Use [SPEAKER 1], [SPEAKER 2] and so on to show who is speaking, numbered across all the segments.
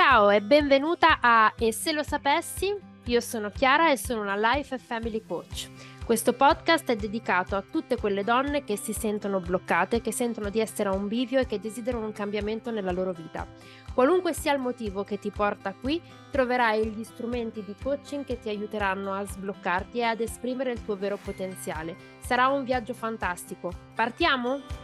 [SPEAKER 1] Ciao e benvenuta a E se lo sapessi? Io sono Chiara e sono una Life e Family Coach. Questo podcast è dedicato a tutte quelle donne che si sentono bloccate, che sentono di essere a un bivio e che desiderano un cambiamento nella loro vita. Qualunque sia il motivo che ti porta qui, troverai gli strumenti di coaching che ti aiuteranno a sbloccarti e ad esprimere il tuo vero potenziale. Sarà un viaggio fantastico. Partiamo?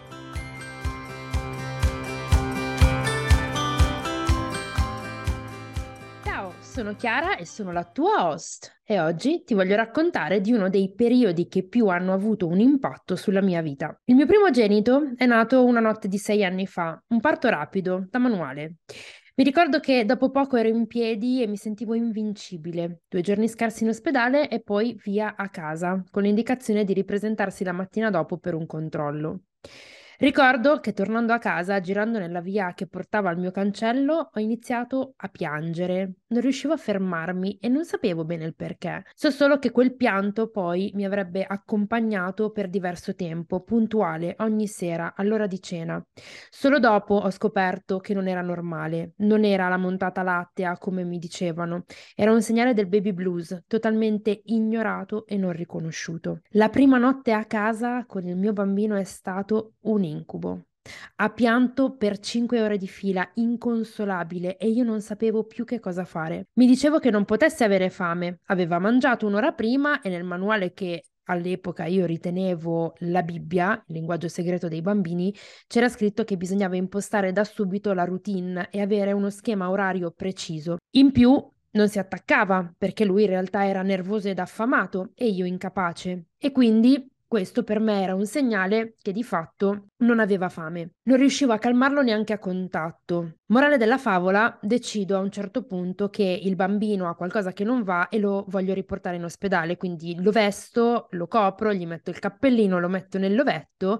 [SPEAKER 1] Ciao, sono Chiara e sono la tua host e oggi ti voglio raccontare di uno dei periodi che più hanno avuto un impatto sulla mia vita. Il mio primogenito è nato una notte di 6 anni fa, un parto rapido, da manuale. Mi ricordo che dopo poco ero in piedi e mi sentivo invincibile. 2 giorni scarsi in ospedale e poi via a casa, con l'indicazione di ripresentarsi la mattina dopo per un controllo. Ricordo che tornando a casa, girando nella via che portava al mio cancello, ho iniziato a piangere. Non riuscivo a fermarmi e non sapevo bene il perché. So solo che quel pianto poi mi avrebbe accompagnato per diverso tempo, puntuale, ogni sera, all'ora di cena. Solo dopo ho scoperto che non era normale, non era la montata lattea come mi dicevano, era un segnale del baby blues, totalmente ignorato e non riconosciuto. La prima notte a casa con il mio bambino è stato un incubo. Ha pianto per 5 ore di fila, inconsolabile, e io non sapevo più che cosa fare. Mi dicevo che non potesse avere fame, aveva mangiato un'ora prima e nel manuale che all'epoca io ritenevo la Bibbia, il linguaggio segreto dei bambini, c'era scritto che bisognava impostare da subito la routine e avere uno schema orario preciso. In più, non si attaccava perché lui in realtà era nervoso ed affamato e io incapace. E quindi questo per me era un segnale che di fatto non aveva fame. Non riuscivo a calmarlo neanche a contatto. Morale della favola, decido a un certo punto che il bambino ha qualcosa che non va e lo voglio riportare in ospedale, quindi lo vesto, lo copro, gli metto il cappellino, lo metto nell'ovetto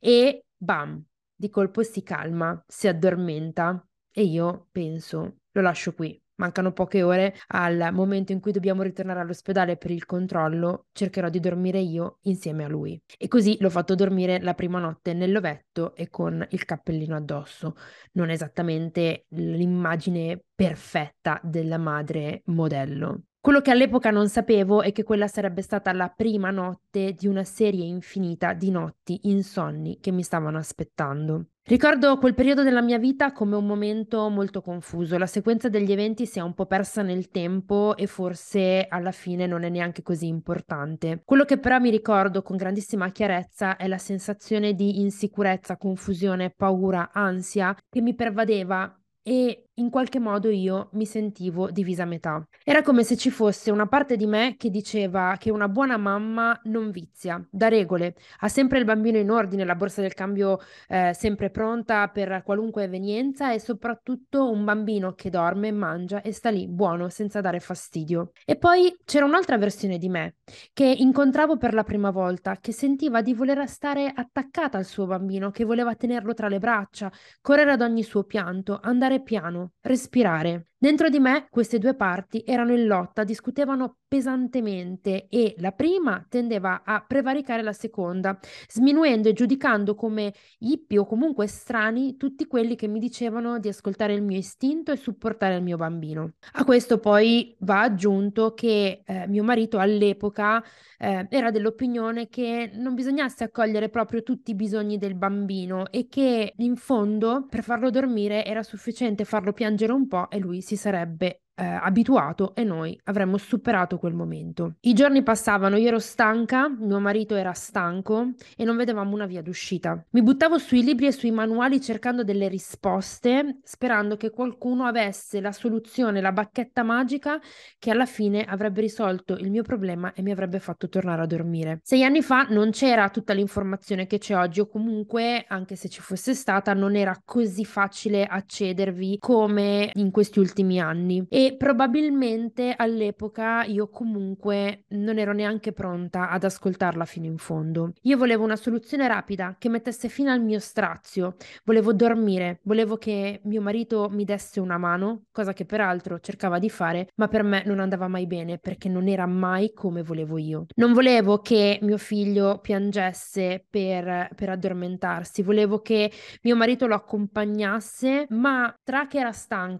[SPEAKER 1] e bam, di colpo si calma, si addormenta e io penso, lo lascio qui. Mancano poche ore al momento in cui dobbiamo ritornare all'ospedale per il controllo, cercherò di dormire io insieme a lui. E così l'ho fatto dormire la prima notte nell'ovetto e con il cappellino addosso. Non esattamente l'immagine perfetta della madre modello. Quello che all'epoca non sapevo è che quella sarebbe stata la prima notte di una serie infinita di notti insonni che mi stavano aspettando. Ricordo quel periodo della mia vita come un momento molto confuso. La sequenza degli eventi si è un po' persa nel tempo e forse alla fine non è neanche così importante. Quello che però mi ricordo con grandissima chiarezza è la sensazione di insicurezza, confusione, paura, ansia che mi pervadeva e in qualche modo io mi sentivo divisa a metà. Era come se ci fosse una parte di me che diceva che una buona mamma non vizia, dà regole, ha sempre il bambino in ordine, la borsa del cambio sempre pronta per qualunque evenienza e soprattutto un bambino che dorme, mangia e sta lì buono senza dare fastidio. E poi c'era un'altra versione di me che incontravo per la prima volta, che sentiva di voler stare attaccata al suo bambino, che voleva tenerlo tra le braccia, correre ad ogni suo pianto, andare piano, respirare. Dentro di me queste due parti erano in lotta, discutevano pesantemente e la prima tendeva a prevaricare la seconda, sminuendo e giudicando come hippie o comunque strani tutti quelli che mi dicevano di ascoltare il mio istinto e supportare il mio bambino. A questo poi va aggiunto che mio marito all'epoca era dell'opinione che non bisognasse accogliere proprio tutti i bisogni del bambino e che in fondo per farlo dormire era sufficiente farlo piangere un po' e lui si sarebbe abituato e noi avremmo superato quel momento. I giorni passavano, io ero stanca, mio marito era stanco e non vedevamo una via d'uscita. Mi buttavo sui libri e sui manuali cercando delle risposte, sperando che qualcuno avesse la soluzione, la bacchetta magica che alla fine avrebbe risolto il mio problema e mi avrebbe fatto tornare a dormire. 6 anni fa non c'era tutta l'informazione che c'è oggi o comunque, anche se ci fosse stata, non era così facile accedervi come in questi ultimi anni e probabilmente all'epoca io comunque non ero neanche pronta ad ascoltarla fino in fondo. Io volevo una soluzione rapida che mettesse fine al mio strazio, volevo dormire, volevo che mio marito mi desse una mano, cosa che peraltro cercava di fare, ma per me non andava mai bene perché non era mai come volevo io. Non volevo che mio figlio piangesse per addormentarsi, volevo che mio marito lo accompagnasse, ma tra che era stanco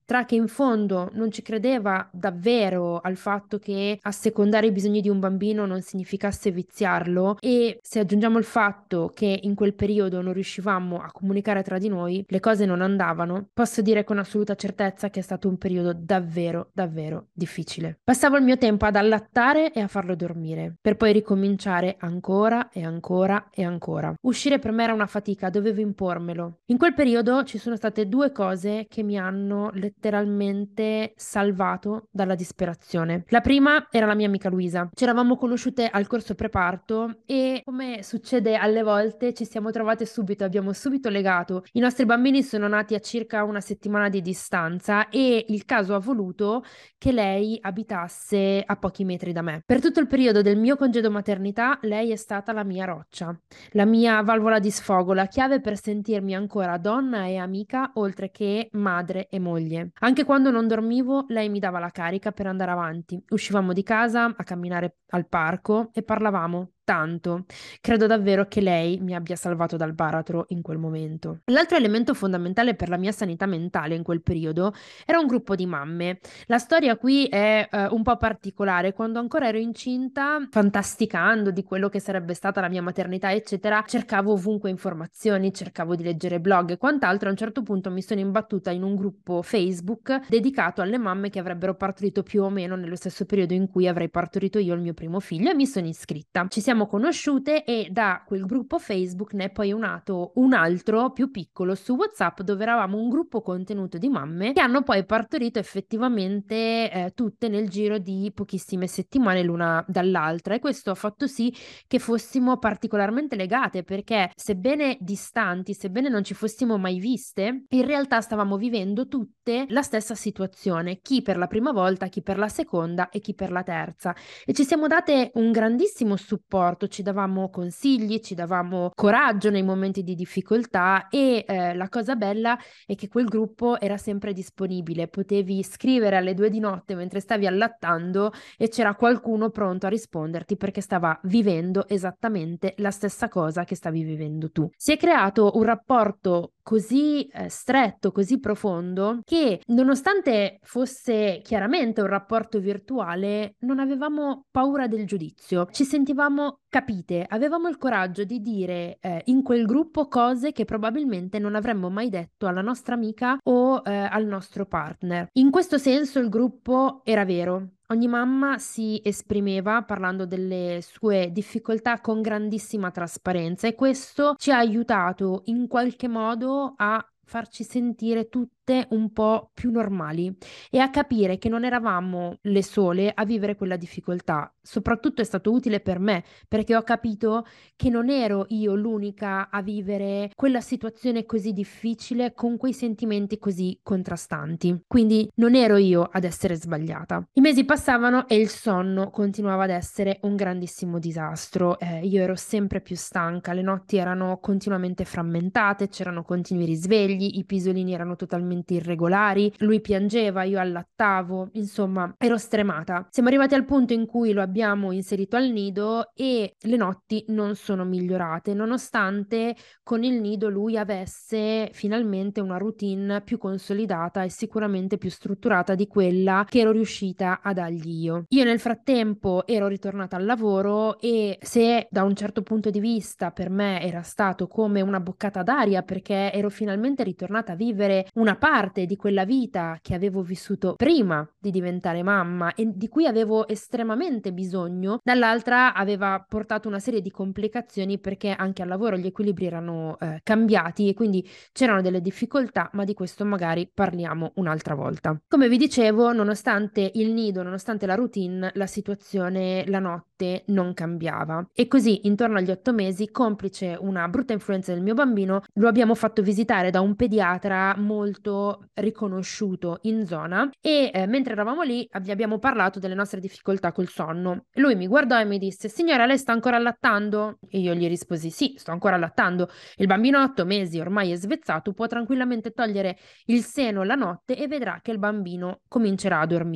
[SPEAKER 1] tra che in fondo non ci credeva davvero al fatto che assecondare i bisogni di un bambino non significasse viziarlo, e se aggiungiamo il fatto che in quel periodo non riuscivamo a comunicare tra di noi, le cose non andavano, posso dire con assoluta certezza che è stato un periodo davvero, davvero difficile. Passavo il mio tempo ad allattare e a farlo dormire, per poi ricominciare ancora e ancora e ancora. Uscire per me era una fatica, dovevo impormelo. In quel periodo ci sono state due cose che mi hanno letteralmente salvato dalla disperazione. La prima era la mia amica Luisa. Ci eravamo conosciute al corso preparto e, come succede alle volte, ci siamo trovate subito, abbiamo subito legato. I nostri bambini sono nati a circa una settimana di distanza e il caso ha voluto che lei abitasse a pochi metri da me. Per tutto il periodo del mio congedo maternità, lei è stata la mia roccia, la mia valvola di sfogo, la chiave per sentirmi ancora donna e amica, oltre che madre e moglie. Anche quando non dormivo, lei mi dava la carica per andare avanti. Uscivamo di casa a camminare al parco e parlavamo tanto. Credo davvero che lei mi abbia salvato dal baratro in quel momento. L'altro elemento fondamentale per la mia sanità mentale in quel periodo era un gruppo di mamme. La storia qui è un po' particolare. Quando ancora ero incinta, fantasticando di quello che sarebbe stata la mia maternità, eccetera, cercavo ovunque informazioni, cercavo di leggere blog e quant'altro. A un certo punto mi sono imbattuta in un gruppo Facebook dedicato alle mamme che avrebbero partorito più o meno nello stesso periodo in cui avrei partorito io il mio primo figlio, e mi sono iscritta. Ci siamo conosciute e da quel gruppo Facebook ne è poi nato un altro più piccolo su WhatsApp, dove eravamo un gruppo contenuto di mamme che hanno poi partorito effettivamente tutte nel giro di pochissime settimane l'una dall'altra, e questo ha fatto sì che fossimo particolarmente legate, perché sebbene distanti, sebbene non ci fossimo mai viste, in realtà stavamo vivendo tutte la stessa situazione, chi per la prima volta, chi per la seconda e chi per la terza, e ci siamo date un grandissimo supporto, ci davamo consigli, ci davamo coraggio nei momenti di difficoltà, e la cosa bella è che quel gruppo era sempre disponibile, potevi scrivere alle 2 di notte mentre stavi allattando e c'era qualcuno pronto a risponderti perché stava vivendo esattamente la stessa cosa che stavi vivendo tu. Si è creato un rapporto così stretto, così profondo, che nonostante fosse chiaramente un rapporto virtuale, non avevamo paura del giudizio, ci sentivamo capite, avevamo il coraggio di dire in quel gruppo cose che probabilmente non avremmo mai detto alla nostra amica o al nostro partner. In questo senso il gruppo era vero. Ogni mamma si esprimeva parlando delle sue difficoltà con grandissima trasparenza, e questo ci ha aiutato in qualche modo a farci sentire tutte un po' più normali e a capire che non eravamo le sole a vivere quella difficoltà. Soprattutto è stato utile per me, perché ho capito che non ero io l'unica a vivere quella situazione così difficile con quei sentimenti così contrastanti. Quindi non ero io ad essere sbagliata. I mesi passavano e il sonno continuava ad essere un grandissimo disastro. Io ero sempre più stanca, le notti erano continuamente frammentate, c'erano continui risvegli, i pisolini erano totalmente irregolari, lui piangeva, io allattavo, insomma, ero stremata. Siamo arrivati al punto in cui lo abbiamo inserito al nido e le notti non sono migliorate, nonostante con il nido lui avesse finalmente una routine più consolidata e sicuramente più strutturata di quella che ero riuscita a dargli io. Io nel frattempo ero ritornata al lavoro, e se da un certo punto di vista per me era stato come una boccata d'aria, perché ero finalmente ritornata a vivere una parte di quella vita che avevo vissuto prima di diventare mamma e di cui avevo estremamente bisogno, dall'altra aveva portato una serie di complicazioni, perché anche al lavoro gli equilibri erano cambiati e quindi c'erano delle difficoltà, ma di questo magari parliamo un'altra volta. Come vi dicevo, nonostante il nido, nonostante la routine, la situazione la notte non cambiava, e così intorno agli 8 mesi, complice una brutta influenza del mio bambino, lo abbiamo fatto visitare da un pediatra molto riconosciuto in zona, e mentre eravamo lì gli abbiamo parlato delle nostre difficoltà col sonno. Lui mi guardò e mi disse: signora, lei sta ancora allattando? E io gli risposi: sì, sto ancora allattando, il bambino a 8 mesi ormai è svezzato, può tranquillamente togliere il seno la notte e vedrà che il bambino comincerà a dormire.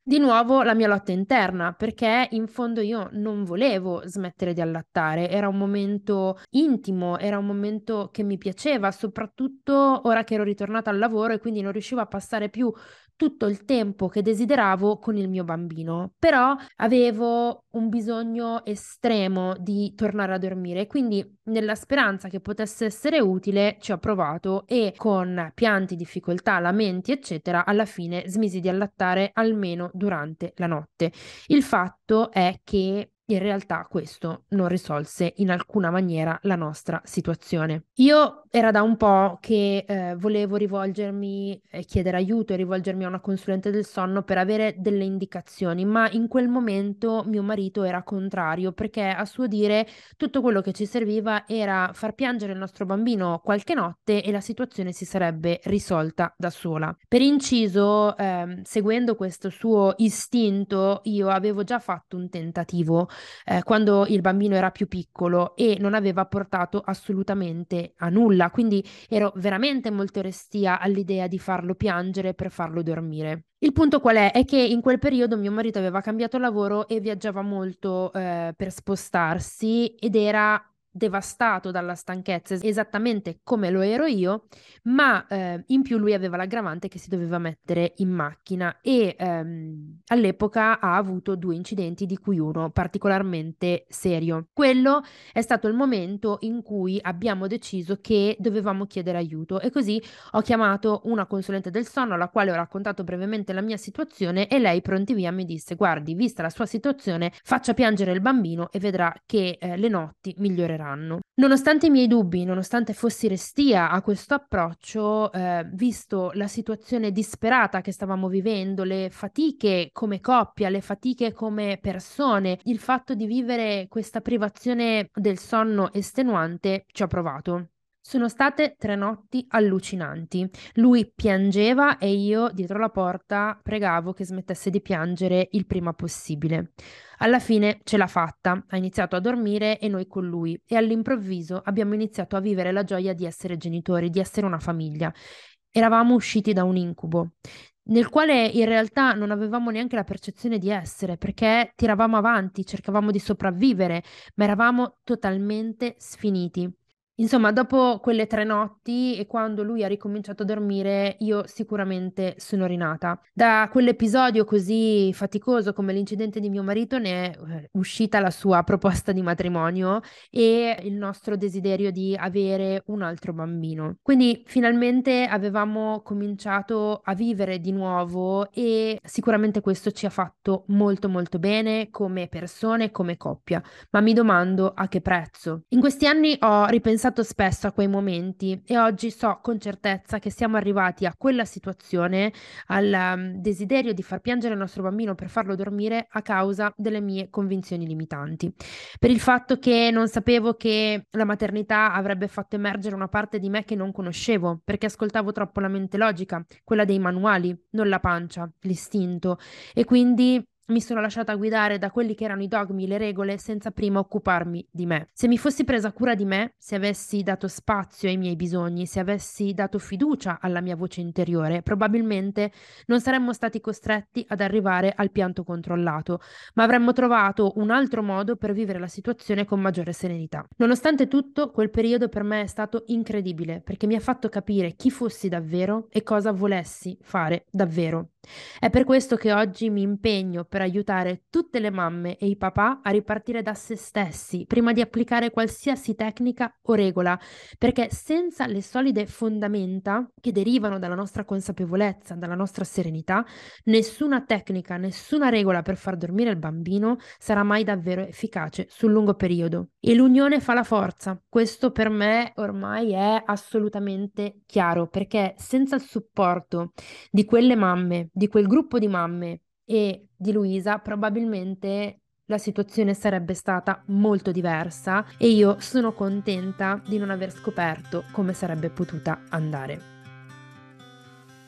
[SPEAKER 1] Di nuovo la mia lotta interna, perché in fondo io non volevo smettere di allattare, era un momento intimo, era un momento che mi piaceva, soprattutto ora che ero ritornata al lavoro e quindi non riuscivo a passare più tutto il tempo che desideravo con il mio bambino, però avevo un bisogno estremo di tornare a dormire, quindi nella speranza che potesse essere utile ci ho provato e con pianti, difficoltà, lamenti, eccetera, alla fine smisi di allattare almeno durante la notte. Il fatto è che in realtà questo non risolse in alcuna maniera la nostra situazione. Io era da un po' che volevo rivolgermi e chiedere aiuto e rivolgermi a una consulente del sonno per avere delle indicazioni, ma in quel momento mio marito era contrario perché a suo dire tutto quello che ci serviva era far piangere il nostro bambino qualche notte e la situazione si sarebbe risolta da sola. Per inciso, seguendo questo suo istinto, io avevo già fatto un tentativo quando il bambino era più piccolo e non aveva portato assolutamente a nulla, quindi ero veramente molto restia all'idea di farlo piangere per farlo dormire. Il punto qual è? È che in quel periodo mio marito aveva cambiato lavoro e viaggiava molto per spostarsi ed era devastato dalla stanchezza, esattamente come lo ero io, ma in più lui aveva l'aggravante che si doveva mettere in macchina e all'epoca ha avuto 2 incidenti, di cui uno particolarmente serio. Quello è stato il momento in cui abbiamo deciso che dovevamo chiedere aiuto e così ho chiamato una consulente del sonno alla quale ho raccontato brevemente la mia situazione e lei pronti via mi disse: guardi, vista la sua situazione, faccia piangere il bambino e vedrà che le notti miglioreranno. Nonostante i miei dubbi, nonostante fossi restia a questo approccio, visto la situazione disperata che stavamo vivendo, le fatiche come coppia, le fatiche come persone, il fatto di vivere questa privazione del sonno estenuante, ci ho provato. Sono state 3 notti allucinanti. Lui piangeva e io dietro la porta pregavo che smettesse di piangere il prima possibile. Alla fine ce l'ha fatta, ha iniziato a dormire e noi con lui e all'improvviso abbiamo iniziato a vivere la gioia di essere genitori, di essere una famiglia. Eravamo usciti da un incubo nel quale in realtà non avevamo neanche la percezione di essere, perché tiravamo avanti, cercavamo di sopravvivere, ma eravamo totalmente sfiniti. Insomma, dopo quelle 3 notti e quando lui ha ricominciato a dormire, io sicuramente sono rinata. Da quell'episodio così faticoso come l'incidente di mio marito ne è uscita la sua proposta di matrimonio e il nostro desiderio di avere un altro bambino. Quindi finalmente avevamo cominciato a vivere di nuovo e sicuramente questo ci ha fatto molto molto bene come persone, come coppia, ma mi domando a che prezzo. In questi anni ho ripensato spesso a quei momenti e oggi so con certezza che siamo arrivati a quella situazione, al desiderio di far piangere il nostro bambino per farlo dormire a causa delle mie convinzioni limitanti. Per il fatto che non sapevo che la maternità avrebbe fatto emergere una parte di me che non conoscevo, perché ascoltavo troppo la mente logica, quella dei manuali, non la pancia, l'istinto, e quindi mi sono lasciata guidare da quelli che erano i dogmi, le regole, senza prima occuparmi di me. Se mi fossi presa cura di me, se avessi dato spazio ai miei bisogni, se avessi dato fiducia alla mia voce interiore, probabilmente non saremmo stati costretti ad arrivare al pianto controllato, ma avremmo trovato un altro modo per vivere la situazione con maggiore serenità. Nonostante tutto, quel periodo per me è stato incredibile, perché mi ha fatto capire chi fossi davvero e cosa volessi fare davvero. È per questo che oggi mi impegno per aiutare tutte le mamme e i papà a ripartire da se stessi prima di applicare qualsiasi tecnica o regola, perché senza le solide fondamenta che derivano dalla nostra consapevolezza, dalla nostra serenità, nessuna tecnica, nessuna regola per far dormire il bambino sarà mai davvero efficace sul lungo periodo. E l'unione fa la forza. Questo per me ormai è assolutamente chiaro, perché senza il supporto di quelle mamme, di quel gruppo di mamme e di Luisa, probabilmente la situazione sarebbe stata molto diversa e io sono contenta di non aver scoperto come sarebbe potuta andare.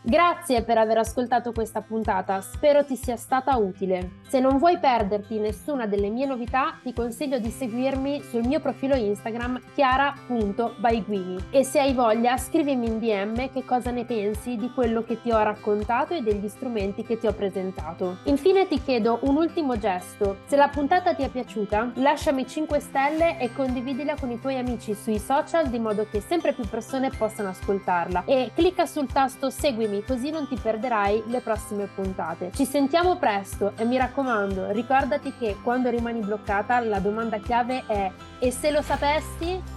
[SPEAKER 1] Grazie per aver ascoltato questa puntata, spero ti sia stata utile. Se non vuoi perderti nessuna delle mie novità, ti consiglio di seguirmi sul mio profilo Instagram chiara.baiguini e se hai voglia scrivimi in DM che cosa ne pensi di quello che ti ho raccontato e degli strumenti che ti ho presentato. Infine ti chiedo un ultimo gesto: se la puntata ti è piaciuta, lasciami 5 stelle e condividila con i tuoi amici sui social di modo che sempre più persone possano ascoltarla, e clicca sul tasto seguimi così non ti perderai le prossime puntate. Ci sentiamo presto e mi raccomando, ricordati che quando rimani bloccata la domanda chiave è: e se lo sapessi?